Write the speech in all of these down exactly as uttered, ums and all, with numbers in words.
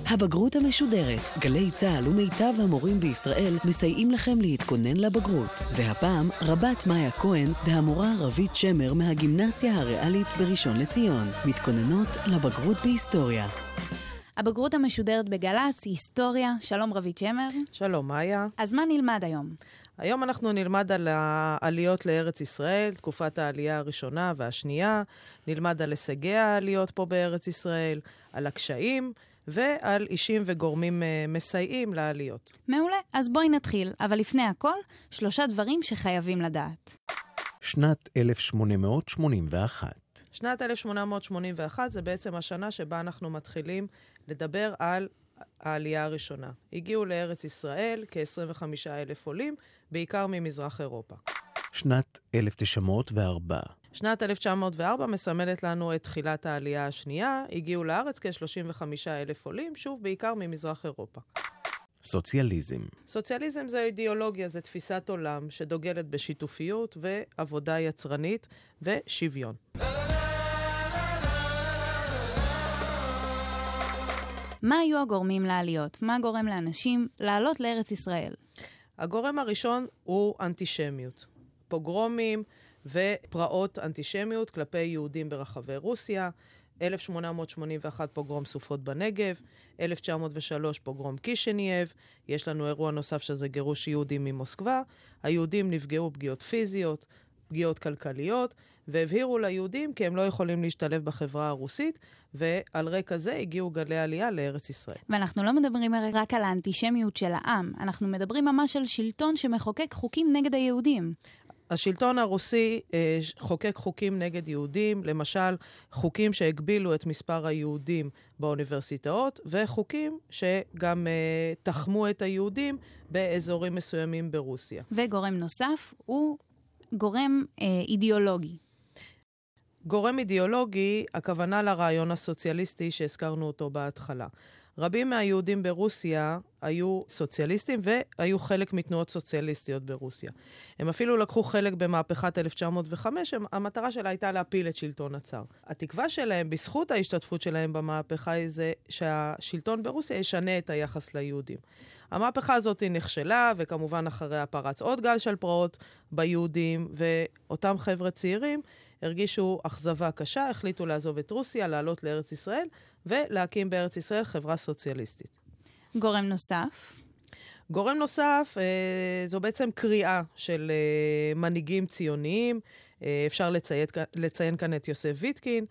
הבגרות המשודרת. גלי צהל ומיטב המורים בישראל מסייעים לכם להתכונן לבגרות. והפעם רבת מאיה כהן והמורה רבית שמר מהגימנסיה הריאלית בראשון לציון. מתכוננות לבגרות בהיסטוריה. הבגרות המשודרת בגל"צ, היסטוריה. שלום רבית שמר. שלום מאיה. אז מה נלמד היום? היום אנחנו נלמד על העליות לארץ ישראל, תקופת העלייה הראשונה והשנייה. נלמד על הישגי העליות פה בארץ ישראל, על הקשיים ועל אישים וגורמים מסייעים לעליות. מעולה, אז בואי נתחיל. אבל לפני הכל, שלושה דברים שחייבים לדעת. שנת אלף שמונה מאות שמונים ואחת. שנת אלף שמונה מאות שמונים ואחת זה בעצם השנה שבה אנחנו מתחילים לדבר על העלייה הראשונה. הגיעו לארץ ישראל כ-עשרים וחמישה אלף עולים, בעיקר ממזרח אירופה. שנת אלף תשע מאות וארבע. שנת אלף תשע מאות וארבע מסמלת לנו את תחילת העלייה השנייה. הגיעו לארץ כ-שלושים וחמישה אלף עולים, שוב בעיקר ממזרח אירופה. סוציאליזם. סוציאליזם זה אידיאולוגיה, זה תפיסת עולם שדוגלת בשיתופיות ועבודה יצרנית ושוויון. מה היו הגורמים לעליות? מה גורם לאנשים לעלות לארץ ישראל? הגורם הראשון הוא אנטישמיות. פוגרומים ופרעות אנטישמיות כלפי יהודים ברחבי רוסיה. אלף שמונה מאות שמונים ואחת פוגרום סופות בנגב, אלף תשע מאות ושלוש פוגרום קישינייב, יש לנו אירוע נוסף שזה גירוש יהודים ממוסקבה. היהודים נפגעו פגיעות פיזיות, פגיעות כלכליות, והבהירו ליהודים כי הם לא יכולים להשתלב בחברה הרוסית, ועל רקע זה הגיעו גלי עלייה לארץ ישראל. ואנחנו לא מדברים רק על האנטישמיות של העם, אנחנו מדברים ממש על שלטון שמחוקק חוקים נגד היהודים. השלטון הרוסי אה, חוקק חוקים נגד יהודים, למשל חוקים שהגבילו את מספר היהודים באוניברסיטאות, וחוקים שגם אה, תחמו את היהודים באזורים מסוימים ברוסיה. וגורם נוסף הוא גורם אה, אידיאולוגי. גורם אידיאולוגי, הכוונה לרעיון הסוציאליסטי שהזכרנו אותו בהתחלה. רבים מהיהודים ברוסיה היו סוציאליסטים והיו חלק מתנועות סוציאליסטיות ברוסיה. הם אפילו לקחו חלק במהפכת אלף תשע מאות וחמש, המטרה שלה הייתה להפיל את שלטון הצאר. התקווה שלהם, בזכות ההשתתפות שלהם במהפכה, היא זה שהשלטון ברוסיה ישנה את היחס ליהודים. המהפכה הזאת נכשלה, וכמובן אחריה פרץ עוד גל של פרעות ביהודים, ואותם חבר'ה צעירים הרגישו אכזבה קשה, החליטו לעזוב את רוסיה, לעלות לארץ ישראל, ולהקים בארץ ישראל חברה סוציאליסטית. גורם נוסף? גורם נוסף, אה, זו בעצם קריאה של אה, מנהיגים ציוניים. אה, אפשר לציין, לציין כאן את יוסף ויטקין,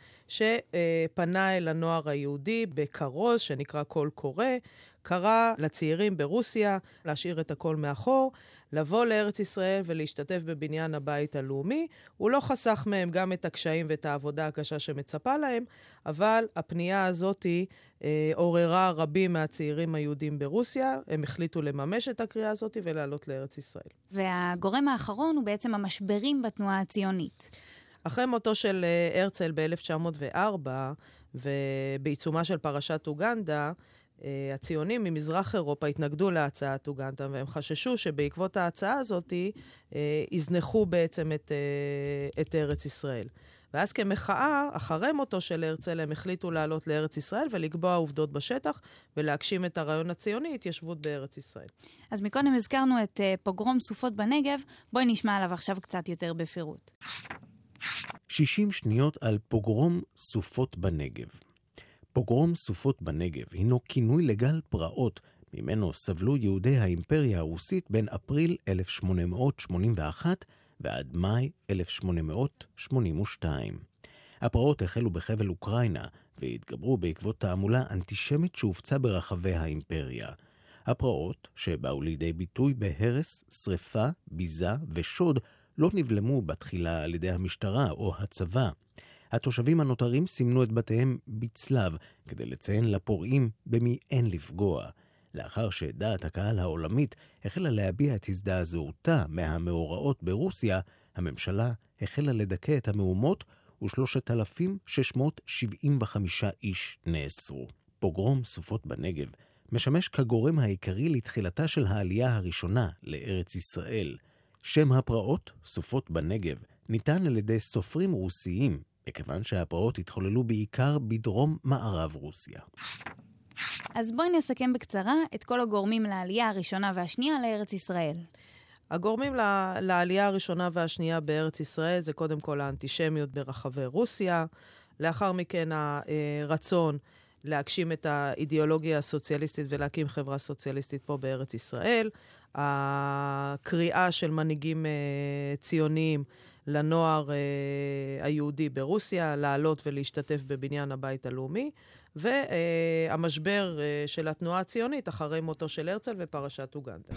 שפנה אל הנוער היהודי בכרוז, שנקרא קול קורא, קרא לצעירים ברוסיה להשאיר את הכל מאחור, לבוא לארץ ישראל ולהשתתף בבניין הבית הלאומי. הוא לא חסך מהם גם את הקשיים ואת העבודה הקשה שמצפה להם, אבל הפנייה הזאת אה, עוררה רבים מהצעירים היהודים ברוסיה. הם החליטו לממש את הקריאה הזאת ולעלות לארץ ישראל. והגורם האחרון הוא בעצם המשברים בתנועה הציונית. אחרי מותו של אה, הרצל ב-אלף תשע מאות וארבע ובעיצומה של פרשת אוגנדה, הציונים ממזרח אירופה התנגדו להצעת אוגנדה, והם חששו שבעקבות ההצעה הזאת יזנחו בעצם את, את ארץ ישראל. ואז כמחאה, אחרי מותו של הרצל, הם החליטו לעלות לארץ ישראל ולקבוע עובדות בשטח, ולהגשים את הרעיון הציוני, התיישבות בארץ ישראל. אז מקודם הזכרנו את פוגרום סופות בנגב, בואי נשמע עליו עכשיו קצת יותר בפירוט. שישים שניות על פוגרום סופות בנגב. פוגרום סופות בנגב הינו כינוי לגל פרעות, ממנו סבלו יהודי האימפריה הרוסית בין אפריל אלף שמונה מאות שמונים ואחת ועד מאי אלף שמונה מאות שמונים ושתיים. הפרעות החלו בחבל אוקראינה והתגברו בעקבות תעמולה אנטישמית שהופצה ברחבי האימפריה. הפרעות, שבאו לידי ביטוי בהרס, שריפה, ביזה ושוד, לא נבלמו בתחילה על ידי המשטרה או הצבא. התושבים הנותרים סימנו את בתיהם בצלב כדי לציין לפורעים במי אין לפגוע. לאחר שדעת הקהל העולמית החלה להביע את הזדעזעותה מהמאורעות ברוסיה, הממשלה החלה לדכא את המהומות ו-שלושת אלפים שש מאות שבעים וחמישה איש נאסרו. פוגרום סופות בנגב משמש כגורם העיקרי לתחילתה של העלייה הראשונה לארץ ישראל. שם הפרעות, סופות בנגב, ניתן על ידי סופרים רוסיים, מכיוון שהפרעות התחוללו בעיקר בדרום מערב רוסיה. אז בואי נסכם בקצרה את כל הגורמים לעלייה הראשונה והשנייה לארץ ישראל. הגורמים לעלייה הראשונה והשנייה בארץ ישראל זה קודם כל האנטישמיות ברחבי רוסיה, לאחר מכן הרצון להגשים את האידיאולוגיה הסוציאליסטית ולהקים חברה סוציאליסטית פה בארץ ישראל, הקריאה של מנהיגים ציוניים לנוער היהודי ברוסיה, לעלות ולהשתתף בבניין הבית הלאומי, והמשבר של התנועה הציונית אחרי מותו של הרצל ופרשת אוגנדה.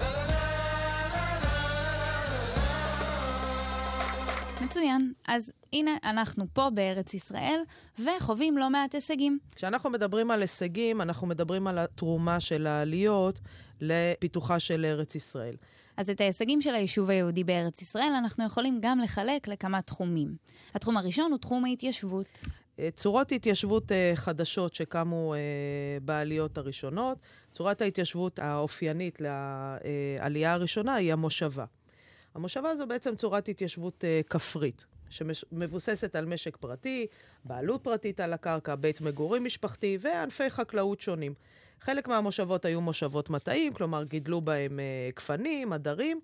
מצוין. אז הנה אנחנו פה בארץ ישראל וחווים לא מעט הישגים. כשאנחנו מדברים על הישגים, אנחנו מדברים על התרומה של העליות לפיתוחה של ארץ ישראל. אז את ההישגים של היישוב היהודי בארץ ישראל אנחנו יכולים גם לחלק לכמה תחומים. התחום הראשון הוא תחום ההתיישבות. צורות התיישבות חדשות שקמו בעליות הראשונות. צורת ההתיישבות האופיינית לעלייה הראשונה היא המושבה. המושבה זו בעצם צורת התיישבות uh, כפרית, שמבוססת על משק פרטי, בעלות פרטית על הקרקע, בית מגורים משפחתי וענפי חקלאות שונים. חלק מהמושבות היו מושבות מטעים, כלומר גידלו בהם uh, כפנים, עדרים,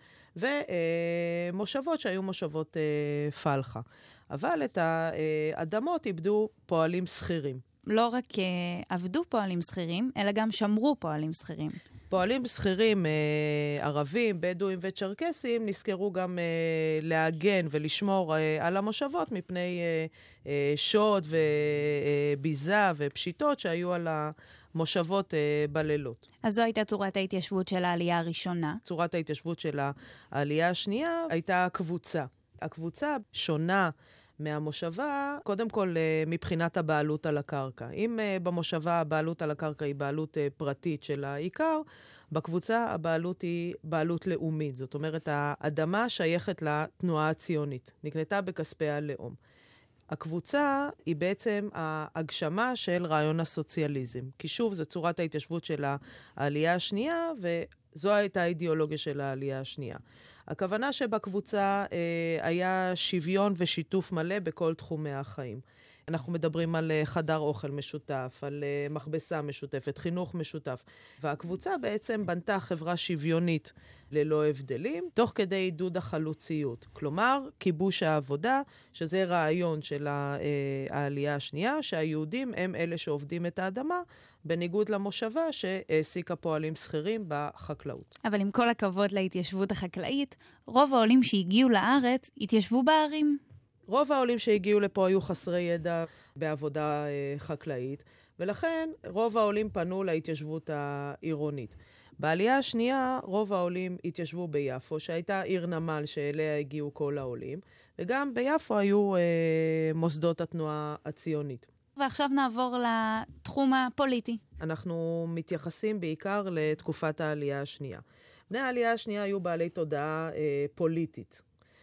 ומושבות uh, שהיו מושבות uh, פלחה. אבל את האדמות איבדו פועלים שכירים. לא רק uh, עבדו פועלים שכירים, אלא גם שמרו פועלים שכירים. פועלים שכירים, אה, ערבים, בדואים וצ'רקסים, נזכרו גם אה, להגן ולשמור אה, על המושבות מפני אה, אה, שוד וביזה אה, ופשיטות שהיו על המושבות אה, בלילות. אז זו הייתה צורת ההתיישבות של העלייה הראשונה. צורת ההתיישבות של העלייה השנייה הייתה הקבוצה. הקבוצה שונה מהמושבה, קודם כל מבחינת הבעלות על הקרקע. אם במושבה הבעלות על הקרקע היא בעלות פרטית של העיקר, בקבוצה הבעלות היא בעלות לאומית. זאת אומרת, האדמה שייכת לתנועה הציונית, נקנתה בכספי הלאום. הקבוצה היא בעצם ההגשמה של רעיון הסוציאליזם. כי שוב, זו צורת ההתיישבות של העלייה השנייה, וזו הייתה האידיאולוגיה של העלייה השנייה. הכוונה שבקבוצה אה, היה שוויון ושיתוף מלא בכל תחומי החיים. אנחנו מדברים על uh, חדר אוכל משותף, על uh, מכבסה משותפת, חינוך משותף. והקבוצה בעצם בנתה חברה שוויונית ללא הבדלים, תוך כדי עידוד החלוציות. כלומר, כיבוש העבודה, שזה רעיון של העלייה השנייה, שהיהודים הם אלה שעובדים את האדמה, בניגוד למושבה שהעסיקה פועלים שכירים בחקלאות. אבל עם כל הכבוד להתיישבות החקלאית, רוב העולים שהגיעו לארץ התיישבו בערים. רוב העולים שהגיעו לפה היו חסרי ידע בעבודה אה, חקלאית, ולכן רוב העולים פנו להתיישבות העירונית. בעלייה השנייה, רוב העולים התיישבו ביפו, שהייתה עיר נמל שאליה הגיעו כל העולים, וגם ביפו היו אה, מוסדות התנועה הציונית. ועכשיו נעבור לתחום הפוליטי. אנחנו מתייחסים בעיקר לתקופת העלייה השנייה. בני העלייה השנייה היו בעלי תודעה אה, פוליטית.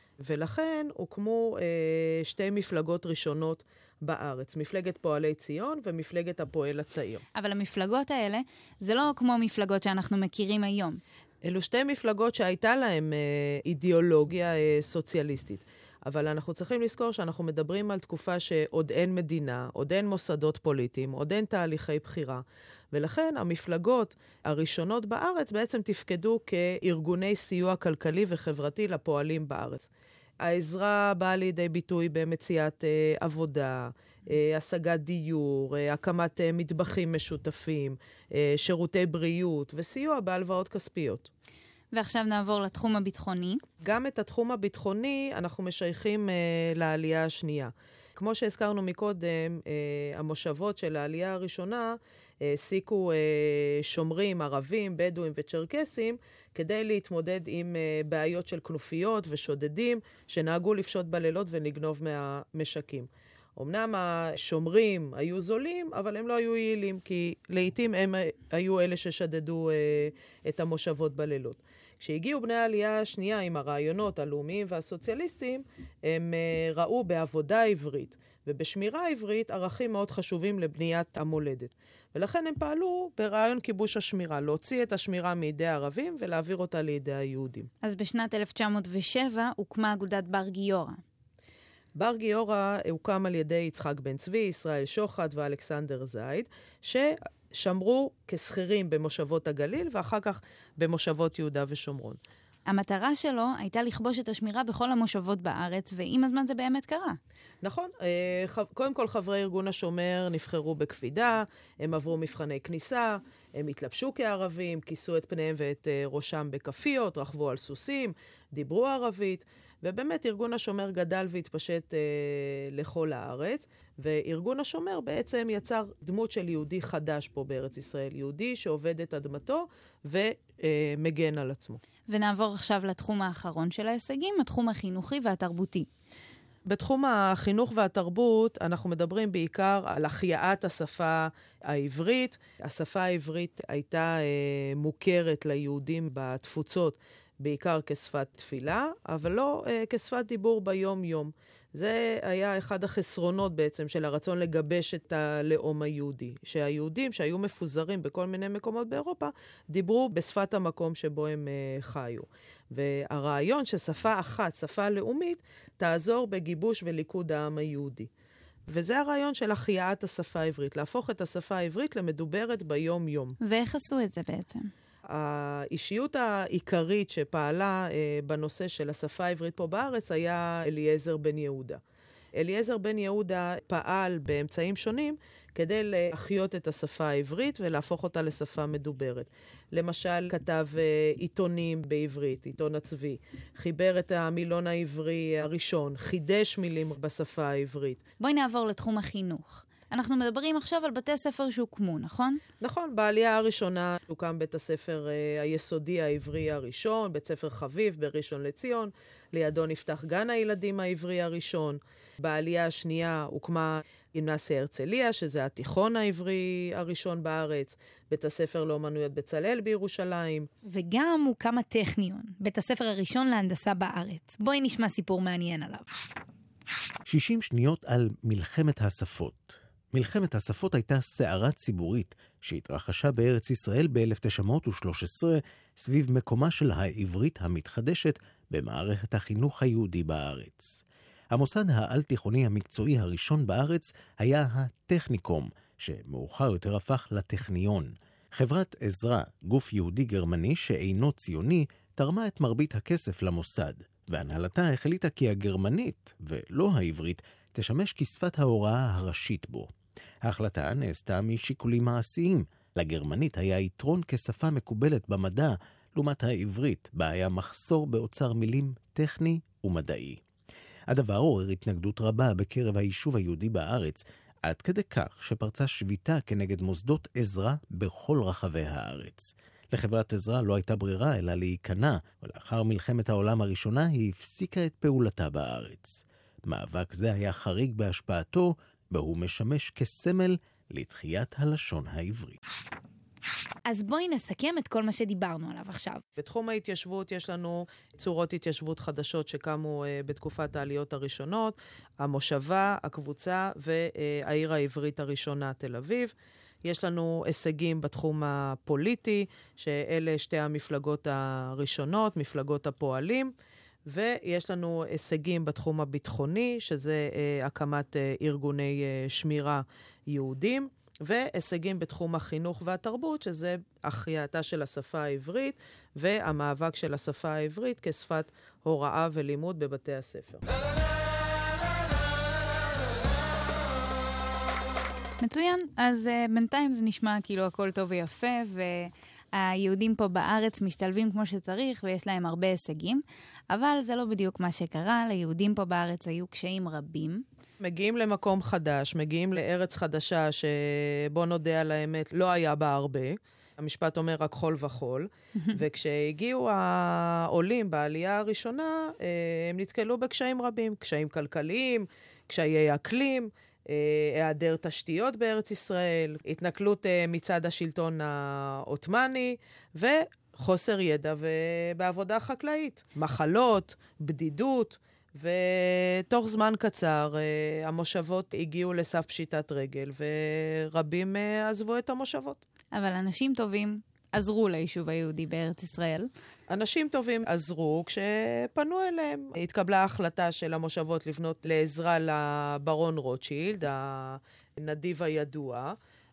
ולכן הוקמו אה, שתי מפלגות ראשונות בארץ, מפלגת פועלי ציון ומפלגת הפועל הצעיר. אבל המפלגות האלה זה לא כמו מפלגות שאנחנו מכירים היום. אלו שתי מפלגות שהייתה להן אה, אידיאולוגיה אה, סוציאליסטית. אבל אנחנו צריכים לזכור שאנחנו מדברים על תקופה שעוד אין מדינה, עוד אין מוסדות פוליטיים, עוד אין תהליכי בחירה. ולכן המפלגות הראשונות בארץ בעצם תפקדו כארגוני סיוע כלכלי וחברתי לפועלים בארץ. העזרה באה לידי ביטוי במציאת אה, עבודה, אה, השגת דיור, אה, הקמת אה, מטבחים משותפים, אה, שירותי בריאות וסיוע בהלוואות כספיות. ועכשיו נעבור לתחום הביטחוני. גם את התחום הביטחוני אנחנו משייכים אה, לעלייה השנייה. כמו שהזכרנו מקודם, אה, המושבות של העלייה הראשונה העסיקו אה, אה, שומרים, ערבים, בדואים וצ'רקסים, כדי להתמודד עם אה, בעיות של כנופיות ושודדים שנהגו לפשוט בלילות ולגנוב מהמשקים. אמנם השומרים היו זולים, אבל הם לא היו יעילים, כי לעתים הם היו אלה ששדדו אה, את המושבות בלילות. כשהגיעו בני העלייה השנייה עם הרעיונות הלאומיים והסוציאליסטיים, הם אה, ראו בעבודה עברית ובשמירה עברית ערכים מאוד חשובים לבניית המולדת. ולכן הם פעלו ברעיון כיבוש השמירה, להוציא את השמירה מידי הערבים ולהעביר אותה לידי היהודים. אז בשנת אלף תשע מאות ושבע הוקמה אגודת בר גיורא. בר גיורא הוקם על ידי יצחק בן צבי, ישראל שוחט ואלכסנדר זייד, שמרו כשכירים במושבות הגליל, ואחר כך במושבות יהודה ושומרון. המטרה שלו הייתה לכבוש את השמירה בכל המושבות בארץ, ועם הזמן זה באמת קרה. נכון. קודם כל חברי ארגון השומר נבחרו בקפידה, הם עברו מבחני כניסה, הם התלבשו כערבים, כיסו את פניהם ואת ראשם בכפיות, רכבו על סוסים, דיברו ערבית, ובאמת ארגון השומר גדל והתפשט אה, לכל הארץ, וארגון השומר בעצם יצר דמות של יהודי חדש פה בארץ ישראל, יהודי שעובד את אדמתו ומגן על עצמו. ונעבור עכשיו לתחום האחרון של ההישגים, התחום החינוכי והתרבותי. בתחום החינוך והתרבות אנחנו מדברים בעיקר על החייאת השפה העברית. השפה העברית הייתה אה, מוכרת ליהודים בתפוצות, בעיקר כשפת תפילה, אבל לא אה, כשפת דיבור ביום-יום. זה היה אחד החסרונות בעצם של הרצון לגבש את הלאום היהודי. שהיהודים שהיו מפוזרים בכל מיני מקומות באירופה, דיברו בשפת המקום שבו הם אה, חיו. והרעיון ששפה אחת, שפה לאומית, תעזור בגיבוש וליכוד העם היהודי. וזה הרעיון של החייאת השפה העברית, להפוך את השפה העברית למדוברת ביום-יום. ואיך עשו את זה בעצם? האישיות העיקרית שפעלה אה, בנושא של השפה העברית פה בארץ היה אליעזר בן יהודה. אליעזר בן יהודה פעל באמצעים שונים כדי להחיות את השפה העברית ולהפוך אותה לשפה מדוברת. למשל, כתב אה, עיתונים בעברית, עיתון הצבי, חיבר את המילון העברי הראשון, חידש מילים בשפה העברית. בואי נעבור לתחום החינוך. אנחנו מדברים עכשיו על בתי ספר שהוקמו, נכון? נכון, בעלייה הראשונה הוקם בית הספר אה, היסודי העברי הראשון, בית ספר חביב בראשון לציון, לידו נפתח גן הילדים העברי הראשון. בעלייה השנייה הוקמה גימנסיה הרצליה, שזה התיכון העברי הראשון בארץ, בית הספר לאומנויות בצלאל בירושלים. וגם הוקם הטכניון, בית הספר הראשון להנדסה בארץ. בואי נשמע סיפור מעניין עליו. שישים שניות על מלחמת השפות. מלחמת השפות הייתה סערה ציבורית שהתרחשה בארץ ישראל ב-אלף תשע מאות ושלוש עשרה סביב מקומה של העברית המתחדשת במערכת החינוך היהודי בארץ. המוסד העל-תיכוני המקצועי הראשון בארץ היה הטכניקום, שמאוחר יותר הפך לטכניון. חברת עזרא, גוף יהודי גרמני שאינו ציוני, תרמה את מרבית הכסף למוסד, והנהלתה החליטה כי הגרמנית, ולא העברית, תשמש כשפת ההוראה הראשית בו. ההחלטה נעשתה משיקולים מעשיים. לגרמנית היה יתרון כשפה מקובלת במדע, לעומת העברית, בה היה מחסור באוצר מילים טכני ומדעי. הדבר עורר התנגדות רבה בקרב היישוב היהודי בארץ, עד כדי כך שפרצה שביתה כנגד מוסדות עזרא בכל רחבי הארץ. לחברת עזרא לא הייתה ברירה אלא להיכנע, ולאחר מלחמת העולם הראשונה היא הפסיקה את פעולתה בארץ. מאבק זה היה חריג בהשפעתו, והוא משמש כסמל לתחיית הלשון העברית. אז בואי נסכם את כל מה שדיברנו עליו עכשיו. בתחום ההתיישבות יש לנו צורות התיישבות חדשות שקמו uh, בתקופת העליות הראשונות, המושבה, הקבוצה והעיר העברית הראשונה, תל אביב. יש לנו הישגים בתחום הפוליטי, שאלה שתי המפלגות הראשונות, מפלגות הפועלים. ויש לנו הישגים בתחום הביטחוני, שזה אה, הקמת אה, ארגוני אה, שמירה יהודים, והישגים בתחום החינוך והתרבות, שזה החייאתה של השפה העברית, והמאבק של השפה העברית כשפת הוראה ולימוד בבתי הספר. מצוין, אז uh, בינתיים זה נשמע כאילו הכל טוב ויפה, והיהודים פה בארץ משתלבים כמו שצריך, ויש להם הרבה הישגים, אבל זה לא בדיוק מה שקרה. ליהודים פה בארץ היו קשיים רבים. מגיעים למקום חדש, מגיעים לארץ חדשה שבוא נודע על האמת, לא היה בה הרבה. המשפט אומר רק חול וחול. וכשהגיעו העולים בעלייה הראשונה, הם נתקלו בקשיים רבים, קשיים כלכליים, קשיי אקלים, היעדר תשתיות בארץ ישראל, התנכלות מצד השלטון העות'מאני, וחוסר ידע ובעבודה חקלאית. מחלות, בדידות, ותוך זמן קצר המושבות הגיעו לסף פשיטת רגל, ורבים עזבו את המושבות. אבל אנשים טובים עזרו ליישוב היהודי בארץ ישראל. אנשים טובים עזרו כשפנו אליהם. התקבלה ההחלטה של המושבות לפנות לעזרה לברון רוטשילד, הנדיב הידוע,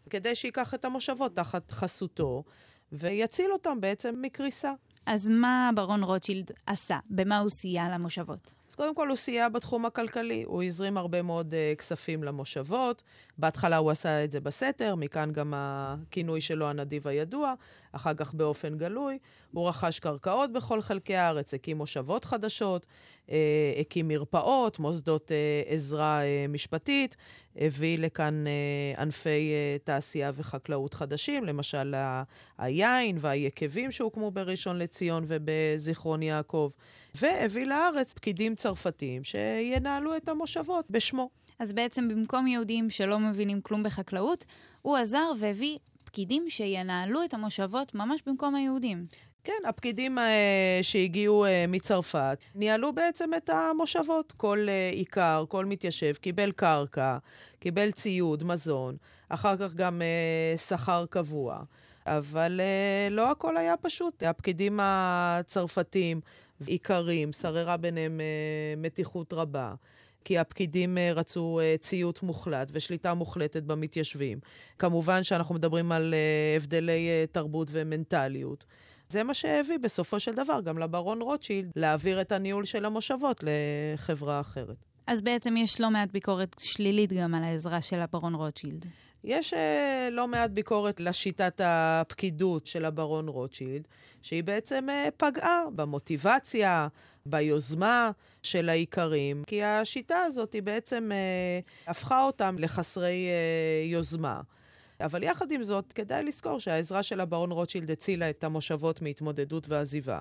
כדי שיקח את המושבות תחת חסותו, ויציל אותם בעצם מקריסה. אז מה ברון רוטשילד עשה? במה הוא סייע למושבות? אז קודם כל הוא סייע בתחום הכלכלי, הוא הזרים הרבה מאוד uh, כספים למושבות, בהתחלה הוא עשה את זה בסתר, מכאן גם הכינוי שלו הנדיב הידוע, אחר כך באופן גלוי, הוא רכש קרקעות בכל חלקי הארץ, הקים מושבות חדשות, uh, הקים מרפאות, מוסדות uh, עזרה uh, משפטית, הביא לכאן uh, ענפי uh, תעשייה וחקלאות חדשים, למשל ה- היין והיקבים שהוקמו בראשון לציון ובזיכרון יעקב, והביא לארץ פקידים צרפתיים שינהלו את המושבות בשמו. אז בעצם במקום יהודים שלא מבינים כלום בחקלאות, הוא עזר והביא פקידים שינהלו את המושבות ממש במקום היהודים. כן, הפקידים uh, שהגיעו uh, מצרפת ניהלו בעצם את המושבות. כל uh, עיקר, כל מתיישב קיבל קרקע, קיבל ציוד, מזון, אחר כך גם uh, שכר קבוע. אבל uh, לא הכל היה פשוט. הפקידים הצרפתים עיקרים, שררה ביניהם uh, מתיחות רבה. כי הפקידים uh, רצו uh, ציות מוחלט ושליטה מוחלטת במתיישבים. כמובן שאנחנו מדברים על uh, הבדלי uh, תרבות ומנטליות. זה מה שהביא בסופו של דבר גם לברון רוטשילד להעביר את הניהול של המושבות לחברה אחרת. אז בעצם יש לא מעט ביקורת שלילית גם על העזרה של הברון רוטשילד. יש uh, לא מעט ביקורת לשיטת הפקידות של הברון רוטשילד, שהיא בעצם uh, פגעה במוטיבציה, ביוזמה של העיקרים, כי השיטה הזאת היא בעצם uh, הפכה אותם לחסרי uh, יוזמה. אבל יחד עם זאת, כדאי לזכור שהעזרה של הברון רוטשילד הצילה את המושבות מהתמודדות ועזיבה,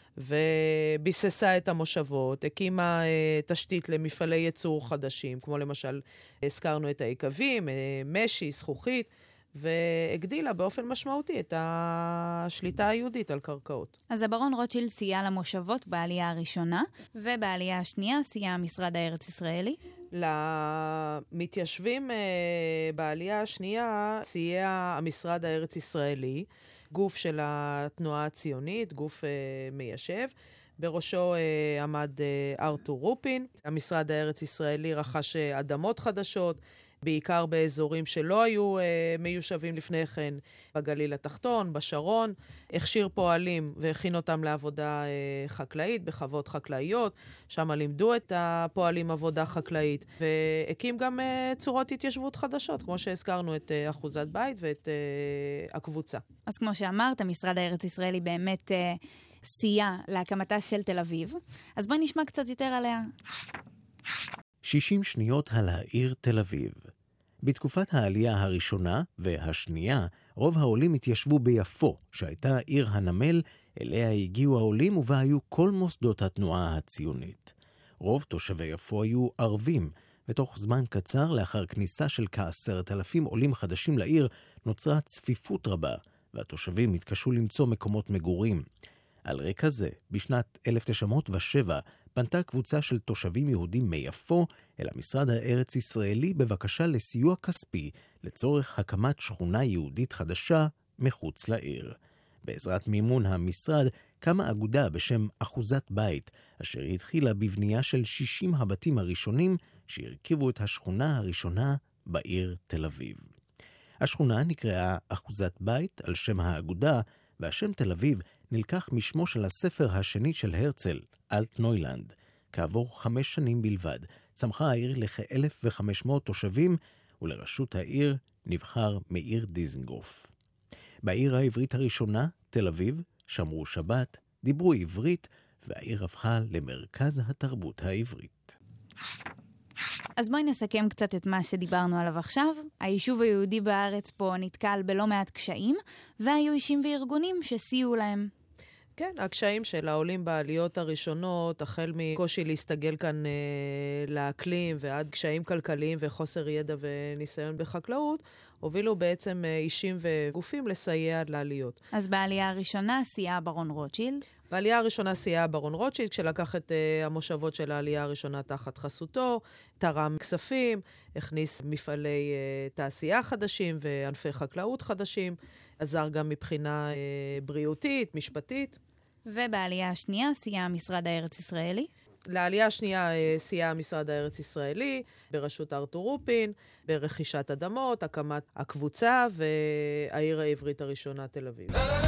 וביססה את המושבות, הקימה uh, תשתית למפעלי ייצור חדשים, כמו למשל, הזכרנו את היקבים, uh, משי, זכוכית, והגדילה באופן משמעותי את השליטה היהודית על קרקעות. אז הברון רוטשילד סייע למושבות בעלייה הראשונה, ובעלייה השנייה סייע המשרד הארץ-ישראלי. למתיישבים uh, בעלייה השנייה סייע המשרד הארץ-ישראלי, גוף של התנועה הציונית, גוף uh, מיישב. בראשו uh, עמד uh, ארתור רופין. המשרד הארץ-ישראלי רכש uh, אדמות חדשות, בעיקר באזורים שלא היו uh, מיושבים לפני כן, בגליל התחתון, בשרון, הכשיר פועלים והכין אותם לעבודה uh, חקלאית, בחוות חקלאיות, שם לימדו את הפועלים עבודה חקלאית, והקים גם uh, צורות התיישבות חדשות, כמו שהזכרנו את uh, אחוזת בית ואת uh, הקבוצה. אז כמו שאמרת, המשרד הארץ-ישראלי באמת uh, סייע להקמתה של תל אביב, אז בואי נשמע קצת יותר עליה. שישים שניות על העיר תל אביב. בתקופת העלייה הראשונה והשנייה, רוב העולים התיישבו ביפו, שהייתה עיר הנמל, אליה הגיעו העולים ובה היו כל מוסדות התנועה הציונית. רוב תושבי יפו היו ערבים, ותוך זמן קצר לאחר כניסה של כעשרת אלפים עולים חדשים לעיר, נוצרה צפיפות רבה, והתושבים התקשו למצוא מקומות מגורים. על רקע זה, בשנת אלף תשע מאות ושבע, פנתה קבוצה של תושבים יהודים מיפו אל המשרד הארץ-ישראלי בבקשה לסיוע כספי לצורך הקמת שכונה יהודית חדשה מחוץ לעיר. בעזרת מימון המשרד קמה אגודה בשם אחוזת בית, אשר התחילה בבנייה של שישים הבתים הראשונים שהרכיבו את השכונה הראשונה בעיר תל אביב. השכונה נקראה אחוזת בית על שם האגודה, והשם תל אביב נלקח משמו של הספר השני של הרצל, אלטנוילנד. כעבור חמש שנים בלבד, צמחה העיר לכ-אלף וחמש מאות תושבים, ולראשות העיר נבחר מאיר דיזנגוף. בעיר העברית הראשונה, תל אביב, שמרו שבת, דיברו עברית, והעיר הפכה למרכז התרבות העברית. אז בואי נסכם קצת את מה שדיברנו עליו עכשיו. היישוב היהודי בארץ פה נתקל בלא מעט קשיים, והיו אישים וארגונים שסייעו להם. כן, הקשיים של העולים בעליות הראשונות, החל מקושי להסתגל כאן אה, לאקלים ועד קשיים כלכליים וחוסר ידע וניסיון בחקלאות, הובילו בעצם אה, אישים וגופים לסייע לעליות. אז בעלייה הראשונה סייע ברון רוטשילד. בעלייה הראשונה סייע ברון רוטשילד, כשלקח את uh, המושבות של העלייה הראשונה תחת חסותו, תרם כספים, הכניס מפעלי uh, תעשייה חדשים וענפי חקלאות חדשים, עזר גם מבחינה uh, בריאותית, משפטית. ובעלייה השנייה סייע המשרד הארץ-ישראלי. לעלייה השנייה סייע המשרד הארץ-ישראלי, בראשות ארתור רופין, ברכישת אדמות, הקמת הקבוצה והעיר העברית הראשונה, תל אביב.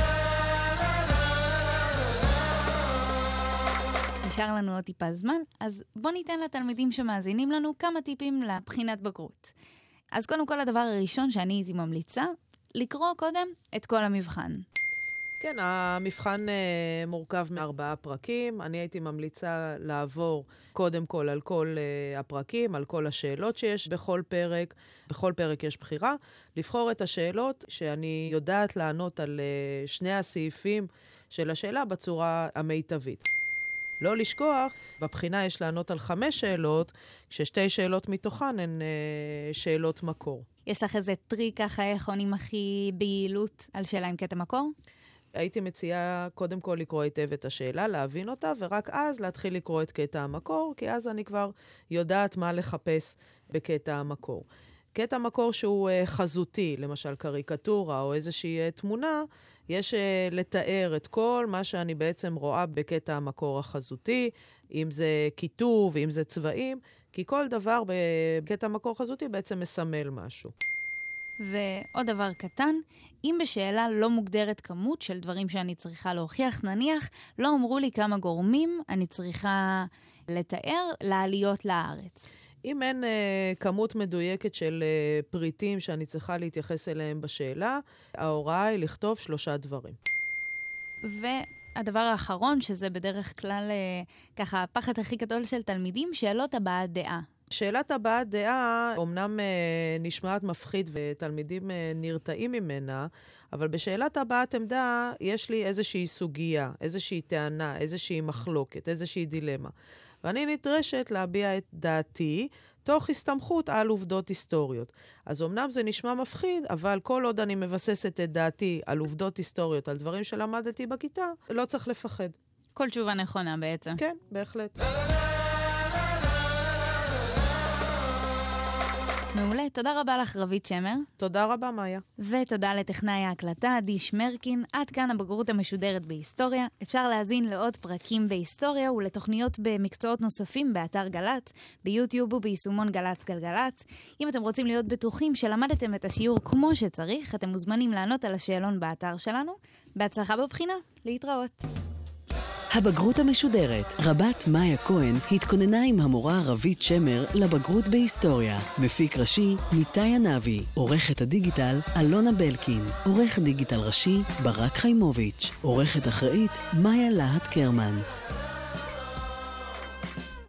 נשאר לנו עוד טיפה זמן, אז בוא ניתן לתלמידים שמאזינים לנו כמה טיפים לבחינת בגרות. אז קודם כל הדבר הראשון שאני הייתי ממליצה, לקרוא קודם את כל המבחן. כן, המבחן uh, מורכב מארבעה פרקים. אני הייתי ממליצה לעבור קודם כל על כל uh, הפרקים, על כל השאלות שיש בכל פרק. בכל פרק יש בחירה. לבחור את השאלות שאני יודעת לענות על uh, שני הסעיפים של השאלה בצורה המיטבית. לא לשכוח, בבחינה יש לענות על חמש שאלות, כששתי שאלות מתוכן הן uh, שאלות מקור. יש לך איזה טריק ככה איך עונים הכי ביעילות על שאלה עם קטע מקור? הייתי מציעה קודם כל לקרוא היטב את השאלה, להבין אותה, ורק אז להתחיל לקרוא את קטע המקור, כי אז אני כבר יודעת מה לחפש בקטע המקור. קטע מקור שהוא uh, חזותי, למשל קריקטורה או איזושהי uh, תמונה, יש uh, לתאר את כל מה שאני בעצם רואה בקטע המקור החזותי, אם זה כיתוב, אם זה צבעים, כי כל דבר בקטע המקור חזותי בעצם מסמל משהו. ועוד דבר קטן, אם בשאלה לא מוגדרת כמות של דברים שאני צריכה להוכיח, נניח, לא אמרו לי כמה גורמים אני צריכה לתאר לעליות לארץ. אם אין אה, כמות מדויקת של אה, פריטים שאני צריכה להתייחס אליהם בשאלה, ההוראה היא לכתוב שלושה דברים. והדבר האחרון, שזה בדרך כלל אה, ככה הפחד הכי גדול של תלמידים, שאלות הבעת דעה. שאלת הבעת דעה אומנם אה, נשמעת מפחיד ותלמידים אה, נרתעים ממנה, אבל בשאלת הבעת עמדה יש לי איזושהי סוגיה, איזושהי טענה, איזושהי מחלוקת, איזושהי דילמה. ואני נדרשת להביע את דעתי תוך הסתמכות על עובדות היסטוריות. אז אומנם זה נשמע מפחיד, אבל כל עוד אני מבססת את דעתי על עובדות היסטוריות, על דברים שלמדתי בכיתה, לא צריך לפחד. כל תשובה נכונה בעצם. כן, בהחלט. מעולה, תודה רבה לך רבית שמר. תודה רבה מאיה. ותודה לטכנאי ההקלטה עדי שמרקין. עד כאן הבגרות המשודרת בהיסטוריה. אפשר להזין לעוד פרקים בהיסטוריה ולתוכניות במקצועות נוספים באתר גלץ, ביוטיוב וביישומון גלץ גלגלץ. אם אתם רוצים להיות בטוחים שלמדתם את השיעור כמו שצריך, אתם מוזמנים לענות על השאלון באתר שלנו. בהצלחה בבחינה, להתראות. הבגרות המשודרת, רבת מאיה כהן התכוננה עם המורה רבית שמר לבגרות בהיסטוריה. מפיק ראשי, ניתאי ענבי. עורכת הדיגיטל, אלונה בלקין. עורך דיגיטל ראשי, ברק חיימוביץ'. עורכת אחראית, מאיה להט קרמן.